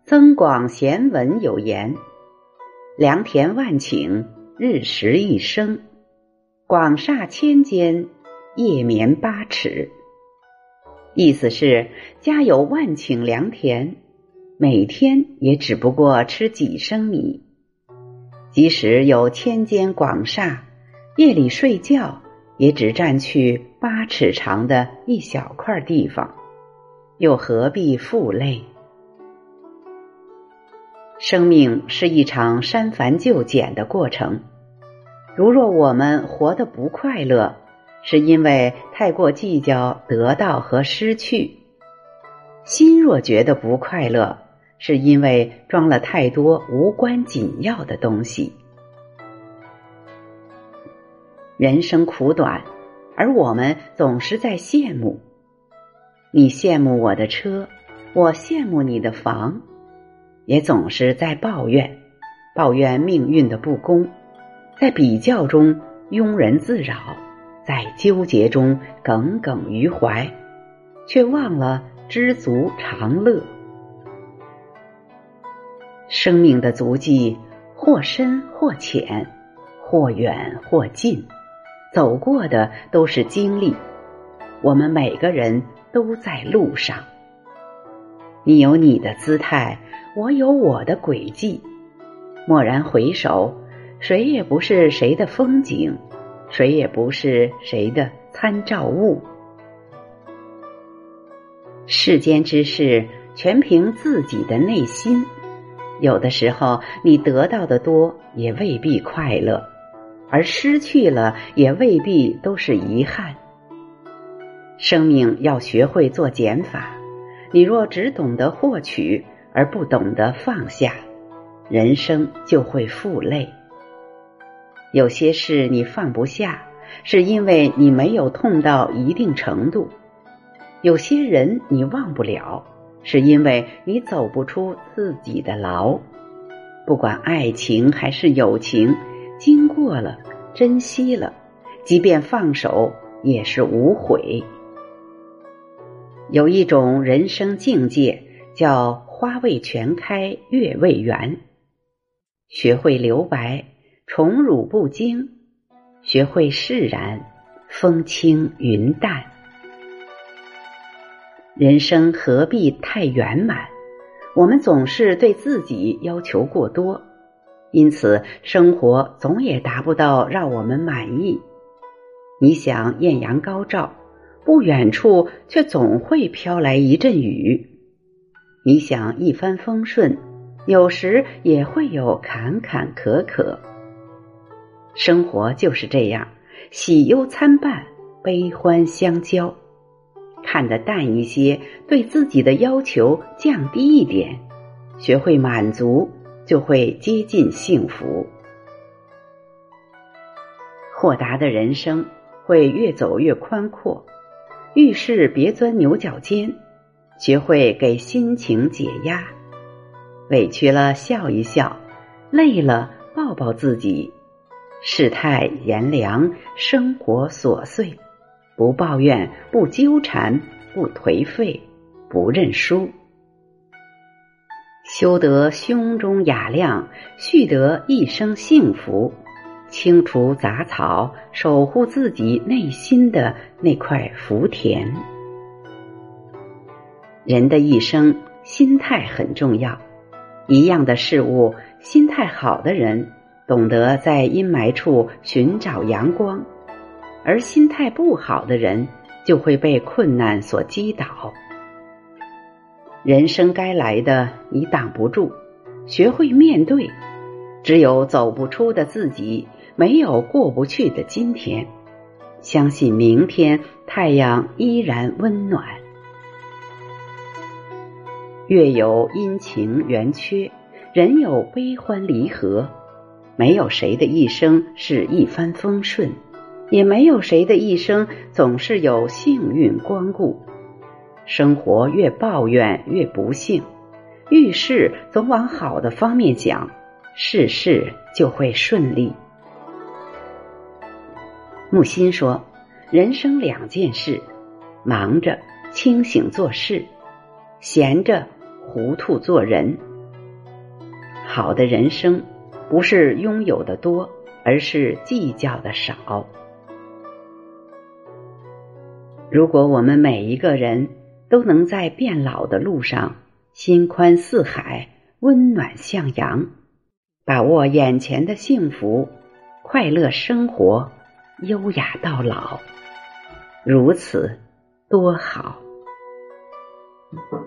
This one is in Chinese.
增广贤文有言：良田万顷，日食一升；广厦千间，夜眠8尺。意思是家有万顷良田，每天也只不过吃几升米；即使有千间广厦，夜里睡觉也只占去8尺长的一小块地方，又何必负累？生命是一场删繁就简的过程，如若我们活得不快乐，是因为太过计较得到和失去；心若觉得不快乐，是因为装了太多无关紧要的东西。人生苦短，而我们总是在羡慕。你羡慕我的车，我羡慕你的房，也总是在抱怨命运的不公，在比较中庸人自扰，在纠结中耿耿于怀，却忘了知足常乐。生命的足迹或深或浅，或远或近，走过的都是经历，我们每个人都在路上。你有你的姿态，我有我的轨迹，蓦然回首，谁也不是谁的风景，谁也不是谁的参照物。世间之事全凭自己的内心，有的时候你得到的多，也未必快乐，而失去了也未必都是遗憾。生命要学会做减法，你若只懂得获取而不懂得放下，人生就会负累。有些事你放不下，是因为你没有痛到一定程度；有些人你忘不了，是因为你走不出自己的牢。不管爱情还是友情，经过了，珍惜了，即便放手也是无悔。有一种人生境界叫花未全开月未圆，学会留白，宠辱不惊，学会释然，风轻云淡。人生何必太圆满？我们总是对自己要求过多，因此生活总也达不到让我们满意。你想艳阳高照，不远处却总会飘来一阵雨；你想一帆风顺，有时也会有坎坎坷坷。生活就是这样，喜忧参半，悲欢相交。看得淡一些，对自己的要求降低一点，学会满足，就会接近幸福。豁达的人生会越走越宽阔，遇事别钻牛角尖，学会给心情解压。委屈了笑一笑，累了抱抱自己。世态炎凉，生活琐碎，不抱怨，不纠缠，不颓废，不认输。修得胸中雅量，蓄得一生幸福，清除杂草，守护自己内心的那块福田。人的一生，心态很重要。一样的事物，心态好的人懂得在阴霾处寻找阳光，而心态不好的人就会被困难所击倒。人生该来的你挡不住，学会面对。只有走不出的自己，没有过不去的今天。相信明天太阳依然温暖。月有阴晴圆缺，人有悲欢离合。没有谁的一生是一帆风顺，也没有谁的一生总是有幸运光顾。生活越抱怨越不幸，遇事总往好的方面想，事事就会顺利。木心说，人生2件事，忙着清醒做事，闲着糊涂做人。 好的人生不是拥有的多，而是计较的少。如果我们每一个人都能在变老的路上心宽似海，温暖向阳，把握眼前的幸福，快乐生活，优雅到老，如此多好。